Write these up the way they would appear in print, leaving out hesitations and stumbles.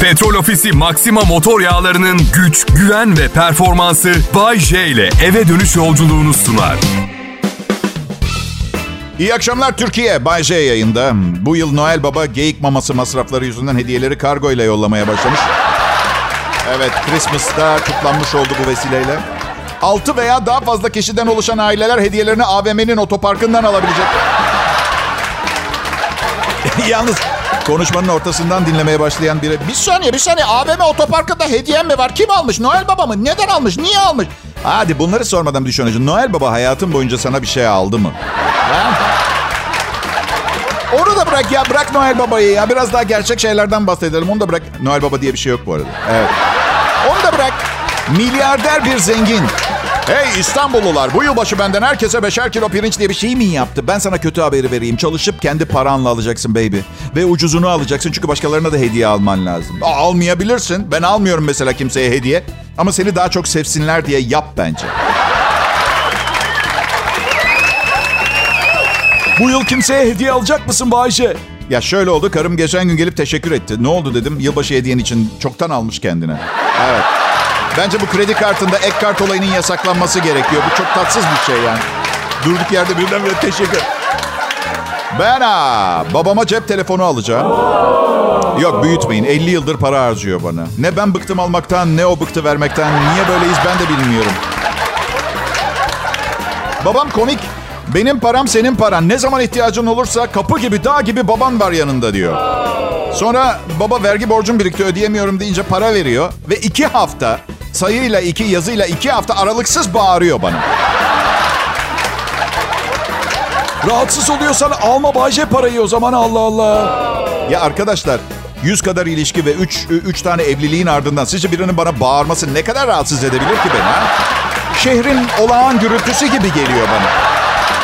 Petrol Ofisi Maxima motor yağlarının güç, güven ve performansı Bay J ile eve dönüş yolculuğunu sunar. İyi akşamlar Türkiye. Bay J yayında. Bu yıl Noel Baba geyik maması masrafları yüzünden hediyeleri kargo ile yollamaya başlamış. Evet, Christmas'ta kutlanmış oldu bu vesileyle. 6 veya daha fazla kişiden oluşan aileler hediyelerini AVM'nin otoparkından alabilecek. Yalnız konuşmanın ortasından dinlemeye başlayan biri... Bir saniye. AVM otoparkında hediyem mi var? Kim almış? Noel Baba mı? Neden almış? Niye almış? Hadi bunları sormadan düşüneceğim. Noel Baba hayatın boyunca sana bir şey aldı mı? Ha? Onu da bırak ya. Bırak Noel Baba'yı ya. Biraz daha gerçek şeylerden bahsedelim. Onu da bırak. Noel Baba diye bir şey yok bu arada. Evet. Onu da bırak. Milyarder bir zengin. Hey İstanbullular, bu yılbaşı benden herkese 5'er kilo pirinç diye bir şey mi yaptı? Ben sana kötü haberi vereyim. Çalışıp kendi paranla alacaksın baby. Ve ucuzunu alacaksın çünkü başkalarına da hediye alman lazım. Almayabilirsin. Ben almıyorum mesela kimseye hediye. Ama seni daha çok sevsinler diye yap bence. Bu yıl kimseye hediye alacak mısın Bayşe? Ya şöyle oldu, karım geçen gün gelip teşekkür etti. Ne oldu dedim, yılbaşı hediyen için çoktan almış kendine. Evet. Bence bu kredi kartında ek kart olayının yasaklanması gerekiyor. Bu çok tatsız bir şey yani. Durduk yerde birdenbire teşekkür. Ben babama cep telefonu alacağım. Yok büyütmeyin, 50 yıldır para harcıyor bana. Ne ben bıktım almaktan, ne o bıktı vermekten. Niye böyleyiz ben de bilmiyorum. Babam komik. Benim param senin paran. Ne zaman ihtiyacın olursa kapı gibi, dağ gibi baban var yanında diyor. Sonra baba vergi borcum birikti ödeyemiyorum deyince para veriyor. Ve 2 hafta sayıyla 2 yazıyla 2 hafta aralıksız bağırıyor bana. Rahatsız oluyorsan alma Bayşe parayı o zaman, Allah Allah. Ya arkadaşlar 100 kadar ilişki ve 3 tane evliliğin ardından sizce birinin bana bağırması ne kadar rahatsız edebilir ki beni ha? Şehrin olağan gürültüsü gibi geliyor bana.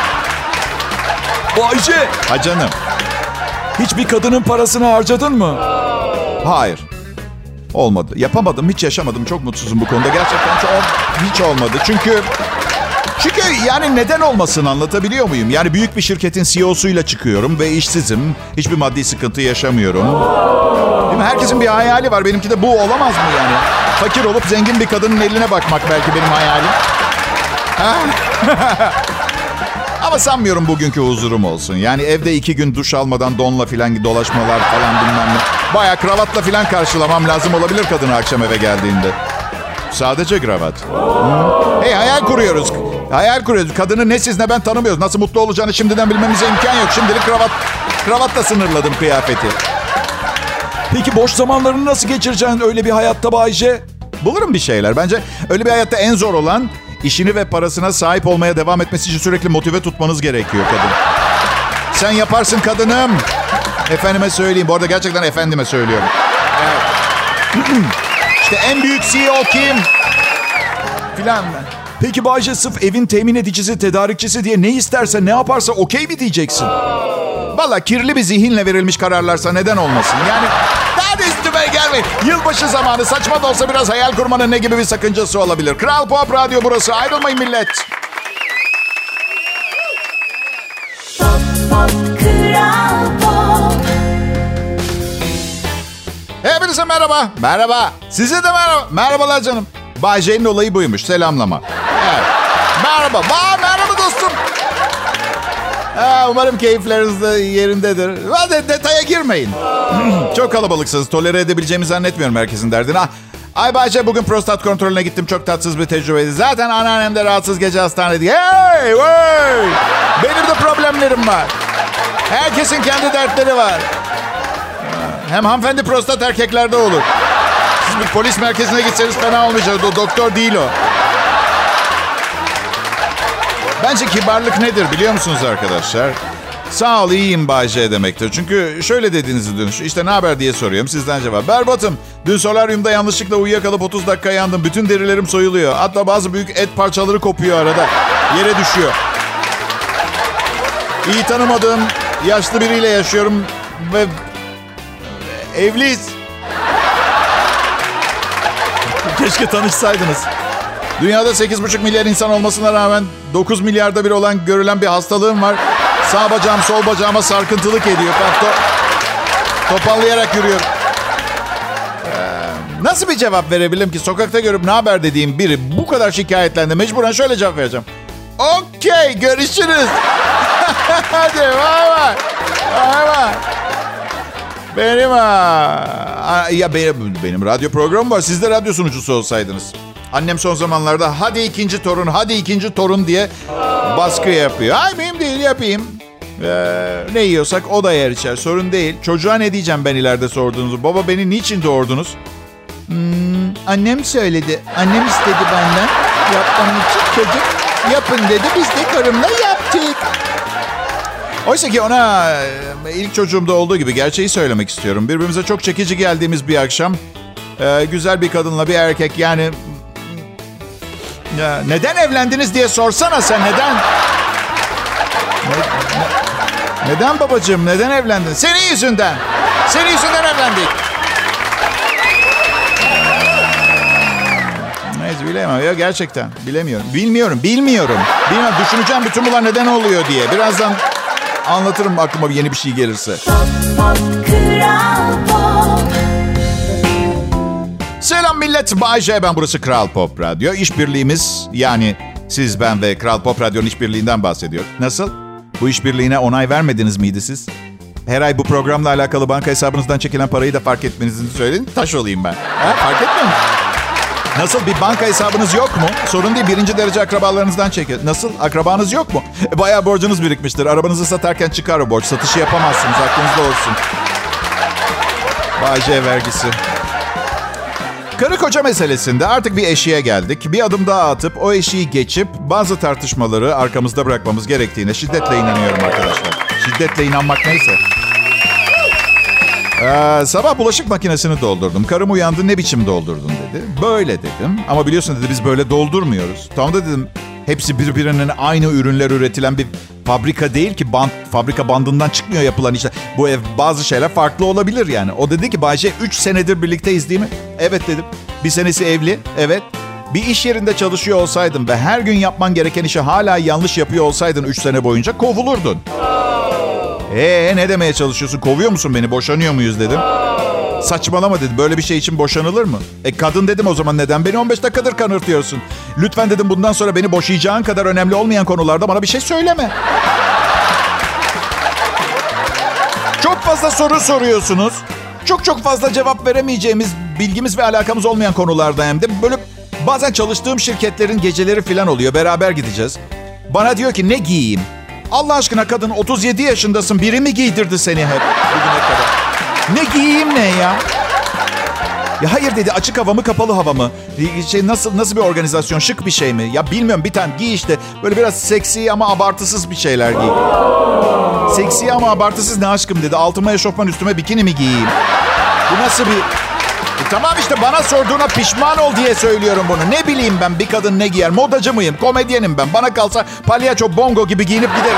Bayşe. Ha canım. Hiçbir kadının parasını harcadın mı? Hayır. Olmadı. Yapamadım. Hiç yaşamadım. Çok mutsuzum bu konuda. Gerçekten hiç olmadı. Çünkü yani neden olmasın, anlatabiliyor muyum? Yani büyük bir şirketin CEO'suyla çıkıyorum ve işsizim. Hiçbir maddi sıkıntı yaşamıyorum. Değil mi? Herkesin bir hayali var. Benimki de bu olamaz mı yani? Fakir olup zengin bir kadının eline bakmak belki benim hayalim. Ama sanmıyorum bugünkü huzurum olsun. Yani evde 2 gün duş almadan donla filan dolaşmalar falan bilmem ne. Bayağı kravatla filan karşılamam lazım olabilir kadını akşam eve geldiğinde. Sadece kravat. Hey hayal kuruyoruz. Kadını ne siz ne ben tanımıyoruz. Nasıl mutlu olacağını şimdiden bilmemize imkan yok. Şimdilik kravatla sınırladım kıyafeti. Peki boş zamanlarını nasıl geçireceksin öyle bir hayatta Bayşe? Bulurum bir şeyler. Bence öyle bir hayatta en zor olan... İşini ve parasına sahip olmaya devam etmesi için sürekli motive tutmanız gerekiyor kadın. Sen yaparsın kadınım. Efendime söyleyeyim. Bu arada gerçekten efendime söylüyorum. Evet. İşte en büyük CEO kim? Filan. Peki Bayce sırf evin temin edicisi, tedarikçisi diye ne isterse, ne yaparsa okey mi diyeceksin? Valla kirli bir zihinle verilmiş kararlarsa neden olmasın? Yani daha da üstüme gelmeyin. Yılbaşı zamanı, saçma da olsa biraz hayal kurmanın ne gibi bir sakıncası olabilir? Kral Pop Radyo burası. Ayrılmayın millet. Pop, pop, Kral Pop. Hepinize merhaba. Merhaba. Size de merhaba. Merhabalar canım. Bay J'nin olayı buymuş. Selamlama. Evet. Merhaba. Merhaba dostum. Umarım keyifleriniz de yerindedir. Hadi detaya girmeyin. Çok kalabalıksınız. Tolere edebileceğimi zannetmiyorum herkesin derdini. Ay Bayce bugün prostat kontrolüne gittim. Çok tatsız bir tecrübeydi. Zaten anneannem de rahatsız gece hastanede. Hey! Benim de problemlerim var. Herkesin kendi dertleri var. Hem hanımefendi prostat erkeklerde olur. Siz bir polis merkezine gitseniz fena olmayacak. Doktor değil o. Bence kibarlık nedir biliyor musunuz arkadaşlar? Sağ ol, iyiyim Bay J demektir. Çünkü şöyle dediğinizi dönüş. İşte ne haber diye soruyorum, sizden cevap. Berbatım. Dün solaryumda yanlışlıkla uyuyakalıp 30 dakika yandım. Bütün derilerim soyuluyor. Hatta bazı büyük et parçaları kopuyor arada. Yere düşüyor. İyi tanımadığım yaşlı biriyle yaşıyorum. Ve evliyiz. Keşke tanışsaydınız. Dünyada 8,5 milyar insan olmasına rağmen 9 milyarda bir olan görülen bir hastalığım var. Sağ bacağım sol bacağıma sarkıntılık ediyor. Topallayarak yürüyorum. Nasıl bir cevap verebilirim ki? Sokakta görüp ne haber dediğim biri bu kadar şikayetlendi. Mecburen şöyle cevap vereceğim. Okey, görüşürüz. Hadi bay bay. Bay bay. Benim radyo programım var. Siz de radyo sunucusu olsaydınız. Annem son zamanlarda hadi ikinci torun diye baskı yapıyor. Ay mühim değil, yapayım. Ne yiyorsak o da yer içer. Sorun değil. Çocuğa ne diyeceğim ben ileride sorduğunuzu? Baba beni niçin doğurdunuz? Annem söyledi. Annem istedi benden. Yapmam için çocuk yapın dedi. Biz de karımla yaptık. Oysa ki ona ilk çocuğumda olduğu gibi gerçeği söylemek istiyorum. Birbirimize çok çekici geldiğimiz bir akşam. Güzel bir kadınla bir erkek yani... neden evlendiniz diye sorsana sen, neden? Neden babacığım, neden evlendin? Senin yüzünden. Senin yüzünden evlendik. Neyse bilemem ya, gerçekten bilemiyorum. Bilmiyorum. Düşüneceğim bütün bunlar neden oluyor diye. Birazdan anlatırım aklıma yeni bir şey gelirse. Selam millet. Bay J, ben, burası Kral Pop Radyo. İşbirliğimiz, yani siz, ben ve Kral Pop Radyo'nun işbirliğinden bahsediyor. Nasıl? Bu işbirliğine onay vermediniz miydi siz? Her ay bu programla alakalı banka hesabınızdan çekilen parayı da fark etmenizi söyleyin. Taş olayım ben. Fark etmiyor musun? Nasıl, bir banka hesabınız yok mu? Sorun değil, 1. derece akrabalarınızdan çekin. Nasıl, akrabanız yok mu? Bayağı borcunuz birikmiştir. Arabanızı satarken çıkar o borç. Satışı yapamazsınız, aklınızda olsun. Bay J vergisi. Karı koca meselesinde artık bir eşiğe geldik. Bir adım daha atıp o eşiği geçip bazı tartışmaları arkamızda bırakmamız gerektiğine şiddetle inanıyorum arkadaşlar. Şiddetle inanmak neyse. Sabah bulaşık makinesini doldurdum. Karım uyandı, ne biçim doldurdun dedi. Böyle dedim. Ama biliyorsun dedi, biz böyle doldurmuyoruz. Tamam da dedim, hepsi birbirinin aynı ürünler üretilen bir fabrika değil ki. Fabrika bandından çıkmıyor yapılan işler. Bu ev, bazı şeyler farklı olabilir yani. O dedi ki, Bayce 3 senedir birlikteyiz değil mi? Evet dedim. Bir senesi evli. Evet. Bir iş yerinde çalışıyor olsaydın ve her gün yapman gereken işi hala yanlış yapıyor olsaydın 3 sene boyunca kovulurdun. Ne demeye çalışıyorsun? Kovuyor musun beni? Boşanıyor muyuz dedim. Saçmalama dedi. Böyle bir şey için boşanılır mı? Kadın dedim, o zaman neden beni 15 dakikadır kanırtıyorsun? Lütfen dedim, bundan sonra beni boşayacağın kadar önemli olmayan konularda bana bir şey söyleme. Çok fazla soru soruyorsunuz. Çok fazla cevap veremeyeceğimiz, bilgimiz ve alakamız olmayan konularda hem de. Böyle bazen çalıştığım şirketlerin geceleri falan oluyor. Beraber gideceğiz. Bana diyor ki, ne giyeyim? Allah aşkına kadın, 37 yaşındasın. Biri mi giydirdi seni hep bugüne kadar? Ne giyeyim ne ya? Ya hayır dedi, açık hava mı kapalı hava mı? Nasıl bir organizasyon, şık bir şey mi? Ya bilmiyorum, bir tane giy işte. Böyle biraz seksi ama abartısız bir şeyler giy. Seksi ama abartısız ne aşkım dedi. Altıma eşofman, üstüme bikini mi giyeyim? Bu nasıl bir... Tamam işte, bana sorduğuna pişman ol diye söylüyorum bunu. Ne bileyim ben, bir kadın ne giyer? Modacı mıyım? Komedyenim ben. Bana kalsa palyaço bongo gibi giyinip giderim.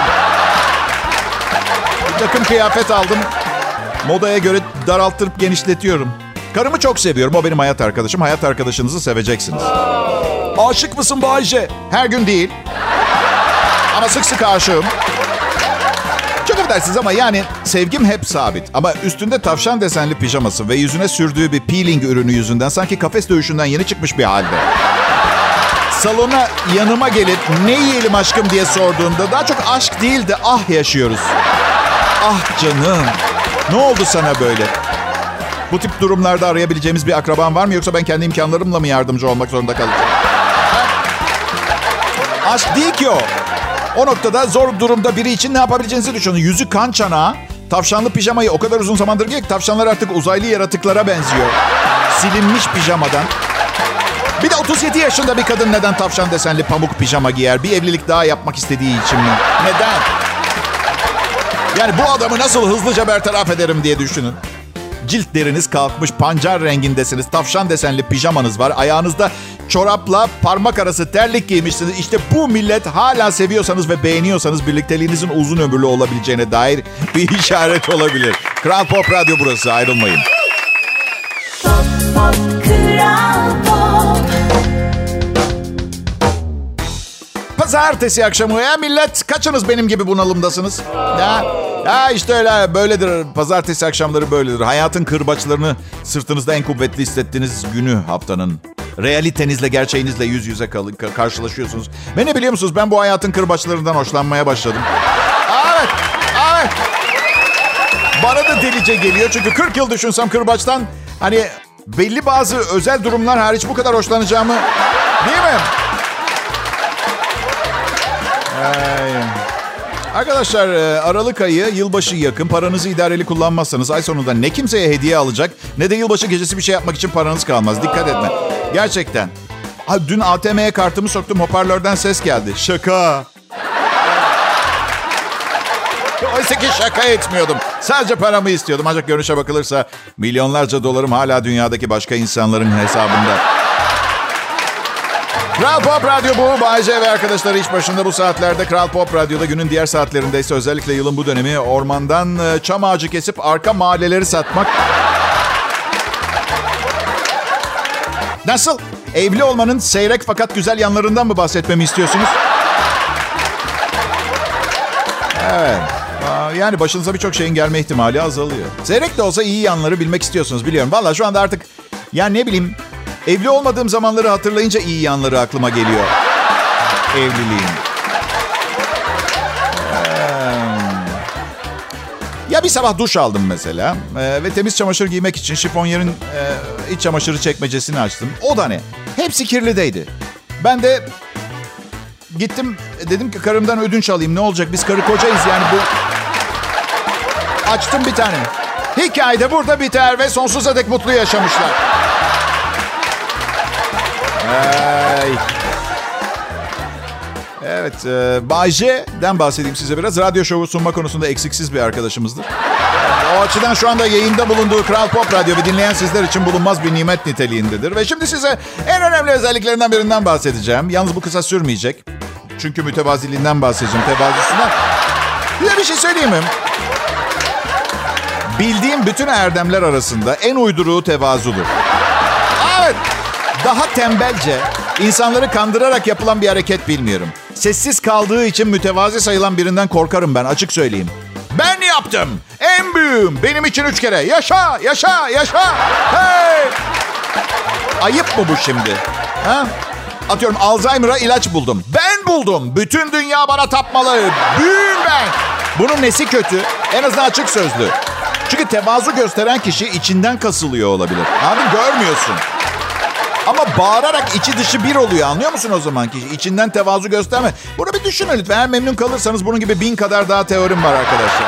Bir takım kıyafet aldım. Modaya göre daralttırıp genişletiyorum. Karımı çok seviyorum. O benim hayat arkadaşım. Hayat arkadaşınızı seveceksiniz. Aşık mısın Bayce? Her gün değil. Ama sık sık aşığım. Çok affedersiniz ama yani sevgim hep sabit. Ama üstünde tavşan desenli pijaması ve yüzüne sürdüğü bir peeling ürünü yüzünden sanki kafes dövüşünden yeni çıkmış bir halde. Salona yanıma gelip ne yiyelim aşkım diye sorduğunda daha çok aşk değil de ah yaşıyoruz. Ah canım. Ne oldu sana böyle? Bu tip durumlarda arayabileceğimiz bir akraban var mı? Yoksa ben kendi imkanlarımla mı yardımcı olmak zorunda kalacağım? Aşk değil ki o. O noktada zor durumda biri için ne yapabileceğinizi düşünün. Yüzü kan çanağı, tavşanlı pijamayı o kadar uzun zamandır giyiyor ki tavşanlar artık uzaylı yaratıklara benziyor. Silinmiş pijamadan. Bir de 37 yaşında bir kadın neden tavşan desenli pamuk pijama giyer? Bir evlilik daha yapmak istediği için mi? Neden? Yani bu adamı nasıl hızlıca bertaraf ederim diye düşünün. Cilt deriniz kalkmış, pancar rengindesiniz. Tavşan desenli pijamanız var. Ayağınızda çorapla parmak arası terlik giymişsiniz. İşte bu millet, hala seviyorsanız ve beğeniyorsanız birlikteliğinizin uzun ömürlü olabileceğine dair bir işaret olabilir. Kral Pop Radyo burası, ayrılmayın. Pop, pop, Kral Pop. Pazartesi akşamı ya millet, kaçınız benim gibi bunalımdasınız? Ya, Ya işte öyle, böyledir. Pazartesi akşamları böyledir. Hayatın kırbaçlarını sırtınızda en kuvvetli hissettiğiniz günü haftanın. Realitenizle, gerçeğinizle yüz yüze karşılaşıyorsunuz. Ve ne biliyor musunuz? Ben bu hayatın kırbaçlarından hoşlanmaya başladım. Evet, evet. Bana da delice geliyor. Çünkü 40 yıl düşünsem kırbaçtan, hani belli bazı özel durumlar hariç bu kadar hoşlanacağımı, değil mi? Arkadaşlar, Aralık ayı, yılbaşı yakın. Paranızı idareli kullanmazsanız ay sonunda ne kimseye hediye alacak ne de yılbaşı gecesi bir şey yapmak için paranız kalmaz. Dikkat etme. Gerçekten. Dün ATM'ye kartımı soktum, hoparlörden ses geldi. Şaka. Oysa ki şaka etmiyordum. Sadece paramı istiyordum. Ancak görünüşe bakılırsa milyonlarca dolarım hala dünyadaki başka insanların hesabında. Kral Pop Radyo bu. Bay J ve arkadaşları iş başında bu saatlerde. Kral Pop Radyo'da günün diğer saatlerinde ise özellikle yılın bu dönemi ormandan çam ağacı kesip arka mahalleleri satmak. Nasıl? Evli olmanın seyrek fakat güzel yanlarından mı bahsetmemi istiyorsunuz? Evet. Yani başınıza birçok şeyin gelme ihtimali azalıyor. Seyrek de olsa iyi yanları bilmek istiyorsunuz, biliyorum. Vallahi şu anda artık, yani ne bileyim, evli olmadığım zamanları hatırlayınca iyi yanları aklıma geliyor. Evliliğin. Ya bir sabah duş aldım mesela ve temiz çamaşır giymek için şifonyerin iç çamaşırı çekmecesini açtım. O da ne? Hepsi kirlideydi. Ben de gittim, dedim ki karımdan ödünç alayım, ne olacak, biz karı kocayız yani bu. Açtım bir tane. Hikaye de burada biter ve sonsuza dek mutlu yaşamışlar. Evet, Bay J'den bahsedeyim size biraz. Radyo şovu sunma konusunda eksiksiz bir arkadaşımızdır. O açıdan şu anda yayında bulunduğu Kral Pop Radyo ve dinleyen sizler için bulunmaz bir nimet niteliğindedir. Ve şimdi size en önemli özelliklerinden birinden bahsedeceğim. Yalnız bu kısa sürmeyecek. Çünkü mütevaziliğinden bahsedeceğim, tevazusundan. Size bir şey söyleyeyim mi? Bildiğim bütün erdemler arasında en uyduruğu tevazudur. Evet, daha tembelce, insanları kandırarak yapılan bir hareket bilmiyorum. Sessiz kaldığı için mütevazi sayılan birinden korkarım ben, açık söyleyeyim. Ben yaptım. En büyüğüm. Benim için 3 kere. Yaşa, yaşa, yaşa. Hey! Ayıp mı bu şimdi? Ha? Atıyorum, Alzheimer'a ilaç buldum. Ben buldum. Bütün dünya bana tapmalı. Büyüğüm ben. Bunun nesi kötü? En azından açık sözlü. Çünkü tevazu gösteren kişi içinden kasılıyor olabilir. Abi görmüyorsun. Ama bağırarak içi dışı bir oluyor, anlıyor musun o zaman ki? İçinden tevazu gösterme. Bunu bir düşünün lütfen. Eğer memnun kalırsanız bunun gibi 1000 kadar daha teorim var arkadaşlar.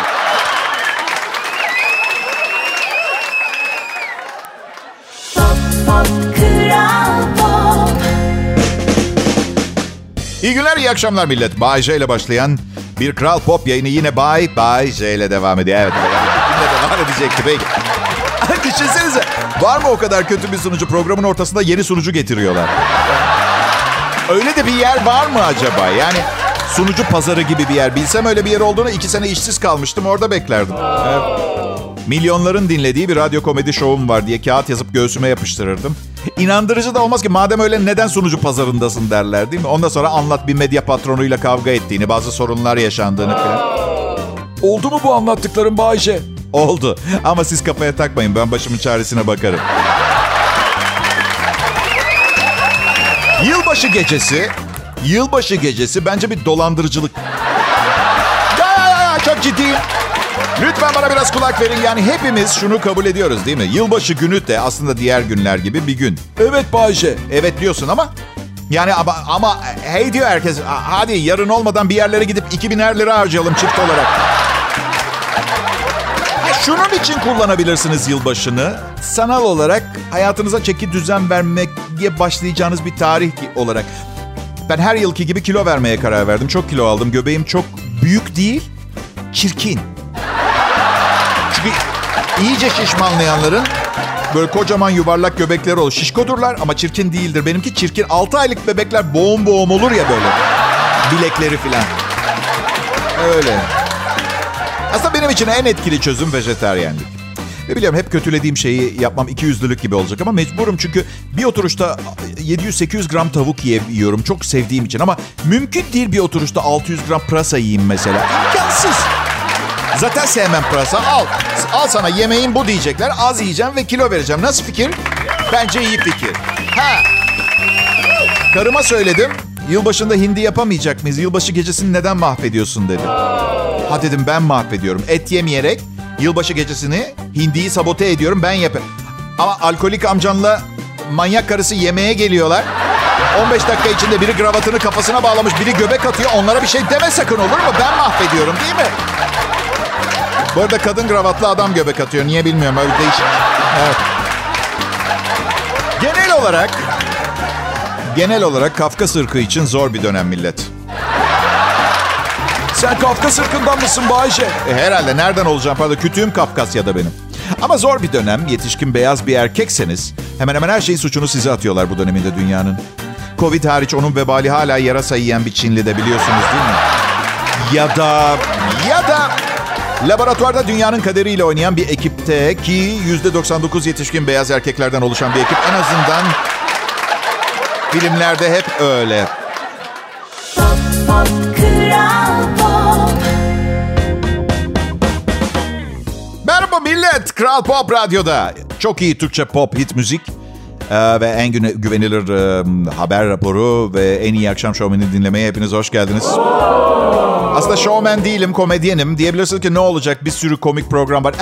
Pop, pop, Kral Pop. İyi günler, iyi akşamlar millet. Bay J ile başlayan bir Kral Pop yayını yine Bay J ile devam ediyor. Evet, yine devam edecekti peki. Düşünsenize, var mı o kadar kötü bir sunucu, programın ortasında yeni sunucu getiriyorlar. Öyle de bir yer var mı acaba? Yani sunucu pazarı gibi bir yer. Bilsem öyle bir yer olduğunu, 2 sene işsiz kalmıştım, orada beklerdim. Milyonların dinlediği bir radyo komedi şovum var diye kağıt yazıp göğsüme yapıştırırdım. İnandırıcı da olmaz ki, madem öyle neden sunucu pazarındasın derler, değil mi? Ondan sonra anlat bir medya patronuyla kavga ettiğini, bazı sorunlar yaşandığını falan. Oldu mu bu anlattıklarım Bay J? Oldu. Ama siz kafaya takmayın. Ben başımın çaresine bakarım. Yılbaşı gecesi bence bir dolandırıcılık. Ya, çok ciddiyim. Lütfen bana biraz kulak verin. Yani hepimiz şunu kabul ediyoruz, değil mi? Yılbaşı günü de aslında diğer günler gibi bir gün. Evet Bay J. Evet diyorsun ama... Yani ama hey diyor herkes. Hadi yarın olmadan bir yerlere gidip 2000'er lira harcayalım çift olarak. Şunun için kullanabilirsiniz yılbaşını. Sanal olarak hayatınıza çeki düzen vermeye başlayacağınız bir tarih olarak. Ben her yılki gibi kilo vermeye karar verdim. Çok kilo aldım. Göbeğim çok büyük değil, çirkin. Çünkü iyice şişmanlayanların böyle kocaman yuvarlak göbekleri olur. Şişkodurlar ama çirkin değildir. Benimki çirkin. 6 aylık bebekler boğum boğum olur ya böyle. Bilekleri filan. Öyle. Aslında benim için en etkili çözüm vejetaryenlik. Ve biliyorum hep kötülediğim şeyi yapmam ikiyüzlülük gibi olacak ama mecburum çünkü bir oturuşta 700-800 gram tavuk yiyorum çok sevdiğim için ama mümkün değil bir oturuşta 600 gram pırasa yiyeyim mesela. İmkansız. Zaten sevmem pırasa. Al sana yemeğin bu diyecekler. Az yiyeceğim ve kilo vereceğim. Nasıl fikir? Bence iyi fikir. Karıma söyledim. Yılbaşında hindi yapamayacak mıyız? Yılbaşı gecesini neden mahvediyorsun dedi. Ha dedim, ben mahvediyorum. Et yemeyerek yılbaşı gecesini hindiyi sabote ediyorum, ben yapayım. Ama alkolik amcanla manyak karısı yemeğe geliyorlar. 15 dakika içinde biri kravatını kafasına bağlamış, biri göbek atıyor. Onlara bir şey deme sakın, olur mu? Ben mahvediyorum değil mi? Bu arada kadın kravatlı adam göbek atıyor. Niye bilmiyorum, öyle değişik. Evet. Genel olarak Kafkas ırkı için zor bir dönem millet. Sen Kafkas ırkından mısın Bayce? Herhalde, nereden olacağım? Pardon, kütüğüm Kafkasya'da benim. Ama zor bir dönem. Yetişkin beyaz bir erkekseniz hemen hemen her şeyin suçunu size atıyorlar bu döneminde dünyanın. Covid hariç onun vebali hala yarasa yiyen bir Çinli de, biliyorsunuz değil mi? Ya da laboratuvarda dünyanın kaderiyle oynayan bir ekipte, ki %99 yetişkin beyaz erkeklerden oluşan bir ekip, en azından filmlerde hep öyle. Pop, pop, Kral Pop. Merhaba millet, Kral Pop Radyo'da. Çok iyi Türkçe pop hit müzik ve en güvenilir haber raporu ve en iyi akşam şovmeni dinlemeye hepiniz hoş geldiniz. Aslında şovmen değilim, komedyenim. Diyebilirsiniz ki ne olacak, bir sürü komik program var.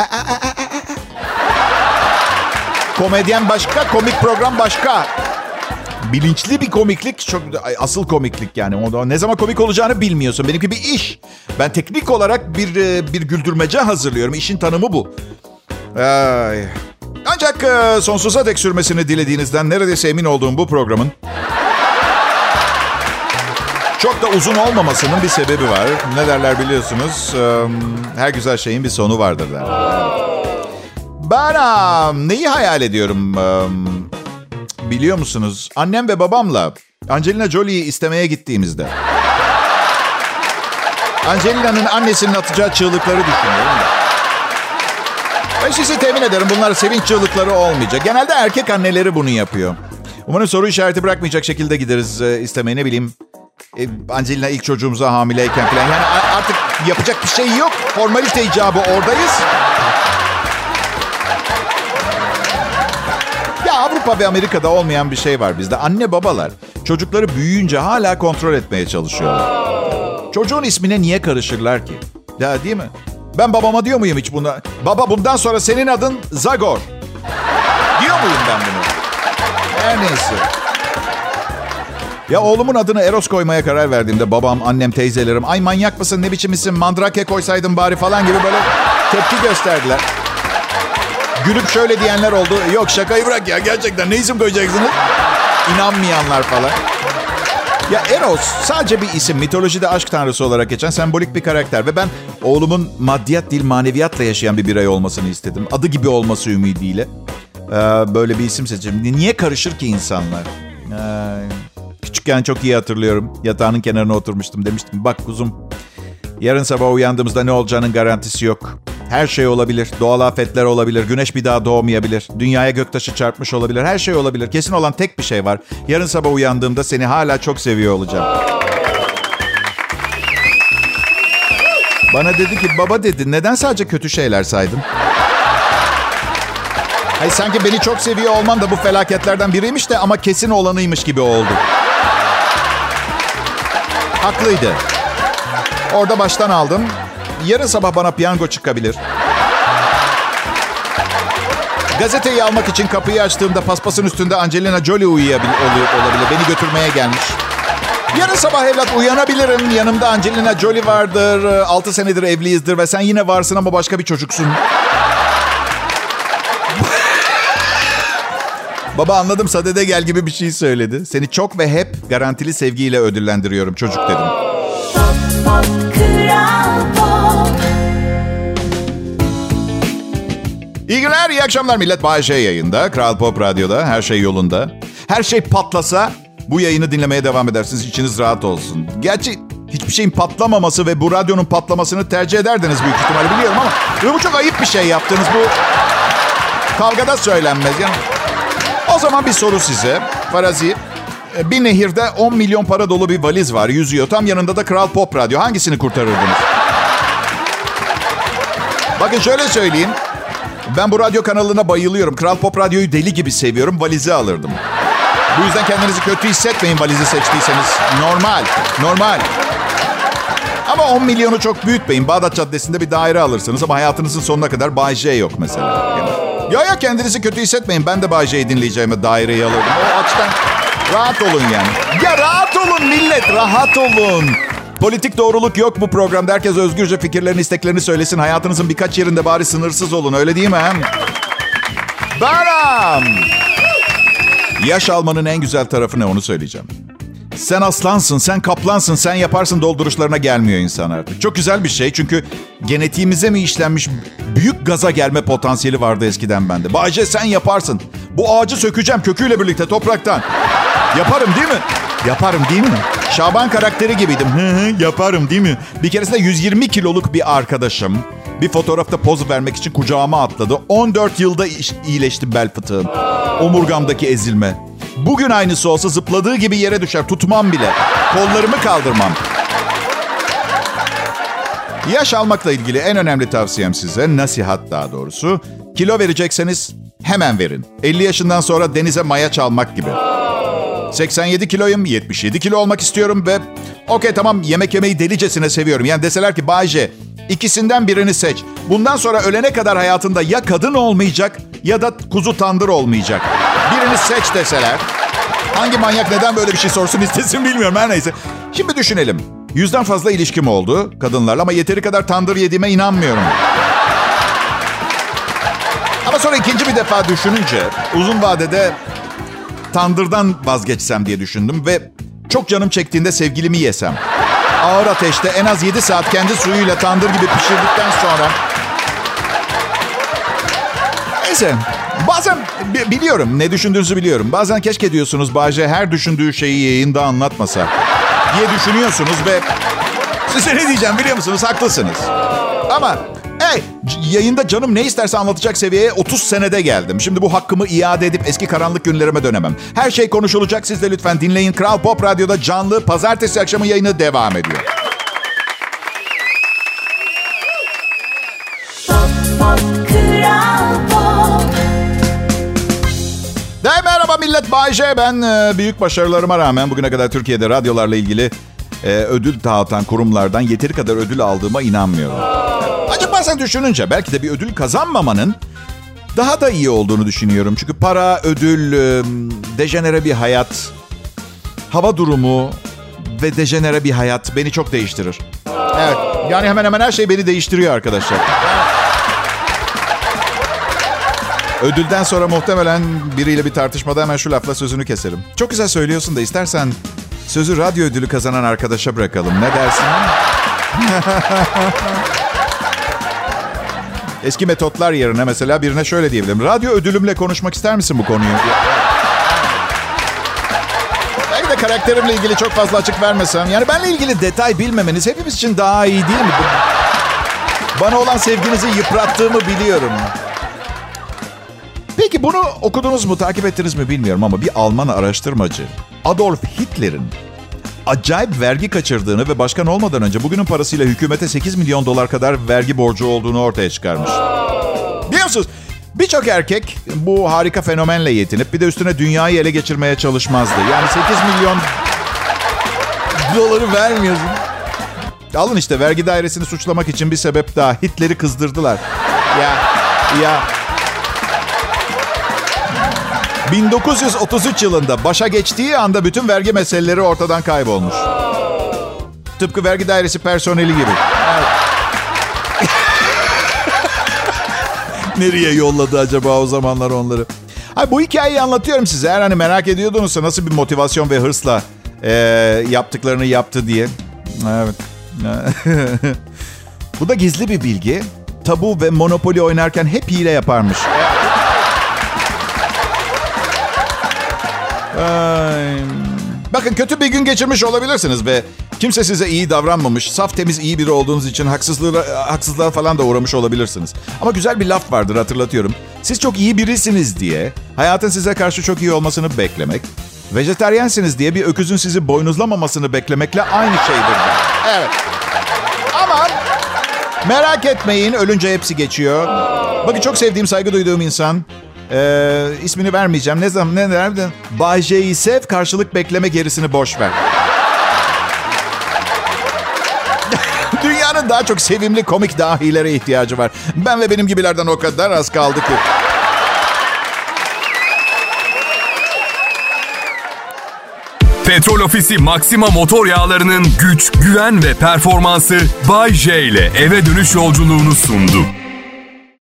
Komedyen başka, komik program başka. Bilinçli bir komiklik, çok asıl komiklik yani. O ne zaman komik olacağını bilmiyorsun. Benimki bir iş. Ben teknik olarak bir güldürmece hazırlıyorum. İşin tanımı bu. Ancak sonsuza dek sürmesini dilediğinizden neredeyse emin olduğum bu programın çok da uzun olmamasının bir sebebi var. Ne derler biliyorsunuz? Her güzel şeyin bir sonu vardır derler. Ben neyi hayal ediyorum? Biliyor musunuz? Annem ve babamla Angelina Jolie'yi istemeye gittiğimizde Angelina'nın annesinin atacağı çığlıkları düşünüyorum da. Ben sizi temin ederim, bunlar sevinç çığlıkları olmayacak. Genelde erkek anneleri bunu yapıyor. Umarım soru işareti bırakmayacak şekilde gideriz istemeye, ne bileyim. Angelina ilk çocuğumuza hamileyken falan. Yani artık yapacak bir şey yok. Formalite icabı oradayız. Avrupa ve Amerika'da olmayan bir şey var bizde. Anne babalar çocukları büyüyünce hala kontrol etmeye çalışıyorlar. Çocuğun ismine niye karışırlar ki? Ya değil mi? Ben babama diyor muyum hiç buna? Baba, bundan sonra senin adın Zagor. Diyor muyum ben bunu? Her neyse. Ya oğlumun adını Eros koymaya karar verdiğimde babam, annem, teyzelerim, ay manyak mısın, ne biçim isim, Mandrake koysaydın bari falan gibi böyle tepki gösterdiler. Gülüp şöyle diyenler oldu. Yok, şakayı bırak ya, gerçekten ne isim koyacaksınız? İnanmayanlar falan. Ya Eros sadece bir isim. Mitolojide aşk tanrısı olarak geçen sembolik bir karakter. Ve ben oğlumun maddiyat değil maneviyatla yaşayan bir birey olmasını istedim. Adı gibi olması ümidiyle. Böyle bir isim seçim. Niye karışır ki insanlar? Küçükken çok iyi hatırlıyorum. Yatağının kenarına oturmuştum. Demiştim, bak kuzum, yarın sabah uyandığımızda ne olacağının garantisi yok. Her şey olabilir. Doğal afetler olabilir. Güneş bir daha doğmayabilir. Dünyaya göktaşı çarpmış olabilir. Her şey olabilir. Kesin olan tek bir şey var. Yarın sabah uyandığımda seni hala çok seviyor olacağım. Bana dedi ki, baba dedi, neden sadece kötü şeyler saydın? Hayır, sanki beni çok seviyor olman da bu felaketlerden biriymiş de ama kesin olanıymış gibi oldu. Haklıydı. Orada baştan aldım. Yarın sabah bana piyango çıkabilir. Gazeteyi almak için kapıyı açtığımda paspasın üstünde Angelina Jolie olabilir. Beni götürmeye gelmiş. Yarın sabah evlat uyanabilirim. Yanımda Angelina Jolie vardır. 6 senedir evliyizdir ve sen yine varsın ama başka bir çocuksun. Baba, anladım, sadede gel gibi bir şey söyledi. Seni çok ve hep garantili sevgiyle ödüllendiriyorum çocuk dedim. Pop, pop, Kral Pop. İyi günler, iyi akşamlar millet. Bay J yayında. Kral Pop Radyo'da. Her şey yolunda. Her şey patlasa bu yayını dinlemeye devam edersiniz. İçiniz rahat olsun. Gerçi hiçbir şeyin patlamaması ve bu radyonun patlamasını tercih ederdiniz büyük ihtimalle, biliyorum ama bu çok ayıp bir şey yaptınız. Bu kavgada söylenmez. Yani, o zaman bir soru size. Farazi. Bir nehirde 10 milyon para dolu bir valiz var. Yüzüyor. Tam yanında da Kral Pop Radyo. Hangisini kurtarırdınız? Bakın şöyle söyleyeyim. Ben bu radyo kanalına bayılıyorum. Kral Pop Radyo'yu deli gibi seviyorum. Valizi alırdım. Bu yüzden kendinizi kötü hissetmeyin valizi seçtiyseniz. Normal. Ama 10 milyonu çok büyütmeyin. Bağdat Caddesi'nde bir daire alırsınız ama hayatınızın sonuna kadar Bay J yok mesela. Ya kendinizi kötü hissetmeyin. Ben de Bay J'yi dinleyeceğime daireyi alırdım. O açıdan rahat olun yani. Ya rahat olun millet, rahat olun. Politik doğruluk yok bu programda. Herkes özgürce fikirlerini, isteklerini söylesin. Hayatınızın birkaç yerinde bari sınırsız olun. Öyle değil mi? Baram! Yaş almanın en güzel tarafı ne onu söyleyeceğim. Sen aslansın, sen kaplansın, sen yaparsın dolduruşlarına gelmiyor insan artık. Çok güzel bir şey çünkü genetiğimize mi işlenmiş büyük gaza gelme potansiyeli vardı eskiden bende. Bayce sen yaparsın. Bu ağacı sökeceğim köküyle birlikte topraktan. Yaparım değil mi? Yaparım değil mi? Şaban karakteri gibiydim. Yaparım değil mi? Bir keresinde 120 kiloluk bir arkadaşım bir fotoğrafta poz vermek için kucağıma atladı. 14 yılda iyileşti bel fıtığım. Omurgamdaki ezilme. Bugün aynısı olsa zıpladığı gibi yere düşer. Tutmam bile. Kollarımı kaldırmam. Yaş almakla ilgili en önemli tavsiyem size, nasihat daha doğrusu. Kilo verecekseniz hemen verin. 50 yaşından sonra denize maya çalmak gibi. 87 kiloyum, 77 kilo olmak istiyorum ve okey tamam yemek yemeyi delicesine seviyorum. Yani deseler ki Bayce ikisinden birini seç. Bundan sonra ölene kadar hayatında ya kadın olmayacak ya da kuzu tandır olmayacak. Birini seç deseler. Hangi manyak neden böyle bir şey sorsun istesin bilmiyorum her neyse. Şimdi düşünelim. 100'den fazla ilişkim oldu kadınlarla ama yeteri kadar tandır yediğime inanmıyorum. Ama sonra ikinci bir defa düşününce uzun vadede tandırdan vazgeçsem diye düşündüm ve çok canım çektiğinde sevgilimi yesem. Ağır ateşte en az 7 saat kendi suyuyla tandır gibi pişirdikten sonra... Neyse. Bazen biliyorum, ne düşündüğünüzü biliyorum. Bazen keşke diyorsunuz Bayce her düşündüğü şeyi yayında anlatmasa diye düşünüyorsunuz ve size ne diyeceğim biliyor musunuz? Haklısınız. Ama yayında canım ne isterse anlatacak seviyeye 30 senede geldim. Şimdi bu hakkımı iade edip eski karanlık günlerime dönemem. Her şey konuşulacak. Siz de lütfen dinleyin. Kral Pop Radyo'da canlı pazartesi akşamı yayını devam ediyor. Merhaba millet, Bay J ben. Büyük başarılarıma rağmen bugüne kadar Türkiye'de radyolarla ilgili ödül dağıtan kurumlardan yeteri kadar ödül aldığıma inanmıyorum. Acaba bazen düşününce belki de bir ödül kazanmamanın daha da iyi olduğunu düşünüyorum. Çünkü para, ödül, dejenere bir hayat, hava durumu ve dejenere bir hayat beni çok değiştirir. Evet, yani hemen hemen her şey beni değiştiriyor arkadaşlar. Ödülden sonra muhtemelen biriyle bir tartışmada hemen şu lafla sözünü keserim. Çok güzel söylüyorsun da istersen sözü radyo ödülü kazanan arkadaşa bırakalım. Ne dersin? Eski metotlar yerine mesela birine şöyle diyebilirim. Radyo ödülümle konuşmak ister misin bu konuyu? Belki de karakterimle ilgili çok fazla açık vermesem. Yani benle ilgili detay bilmemeniz hepimiz için daha iyi değil mi? Bana olan sevginizi yıprattığımı biliyorum. Peki bunu okudunuz mu, takip ettiniz mi bilmiyorum ama bir Alman araştırmacı Adolf Hitler'in acayip vergi kaçırdığını ve başkan olmadan önce bugünün parasıyla hükümete 8 milyon dolar kadar vergi borcu olduğunu ortaya çıkarmış. Biliyor musunuz? Birçok erkek bu harika fenomenle yetinip bir de üstüne dünyayı ele geçirmeye çalışmazdı. Yani 8 milyon doları vermiyorsun. Alın işte vergi dairesini suçlamak için bir sebep daha. Hitler'i kızdırdılar. Ya... 1933 yılında başa geçtiği anda bütün vergi meseleleri ortadan kaybolmuş. Tıpkı vergi dairesi personeli gibi. Evet. Nereye yolladı acaba o zamanlar onları? Ay, bu hikayeyi anlatıyorum size. Eğer hani merak ediyordunuzsa nasıl bir motivasyon ve hırsla yaptıklarını yaptı diye. Evet. Bu da gizli bir bilgi. Tabu ve Monopoly oynarken hep hile yaparmış. Bakın kötü bir gün geçirmiş olabilirsiniz ve kimse size iyi davranmamış, saf temiz iyi biri olduğunuz için haksızlığa falan da uğramış olabilirsiniz. Ama güzel bir laf vardır, hatırlatıyorum. Siz çok iyi birisiniz diye hayatın size karşı çok iyi olmasını beklemek, vejeteryensiniz diye bir öküzün sizi boynuzlamamasını beklemekle aynı şeydir. Evet. Merak etmeyin, ölünce hepsi geçiyor. Bakın çok sevdiğim, saygı duyduğum insan. İsmini vermeyeceğim. Ne derdi? Bay J'yi sev, karşılık bekleme, gerisini boş ver. Dünyanın daha çok sevimli komik dahilere ihtiyacı var. Ben ve benim gibilerden o kadar az kaldı ki. Petrol Ofisi Maxima motor yağlarının güç, güven ve performansı Bay J ile eve dönüş yolculuğunu sundu.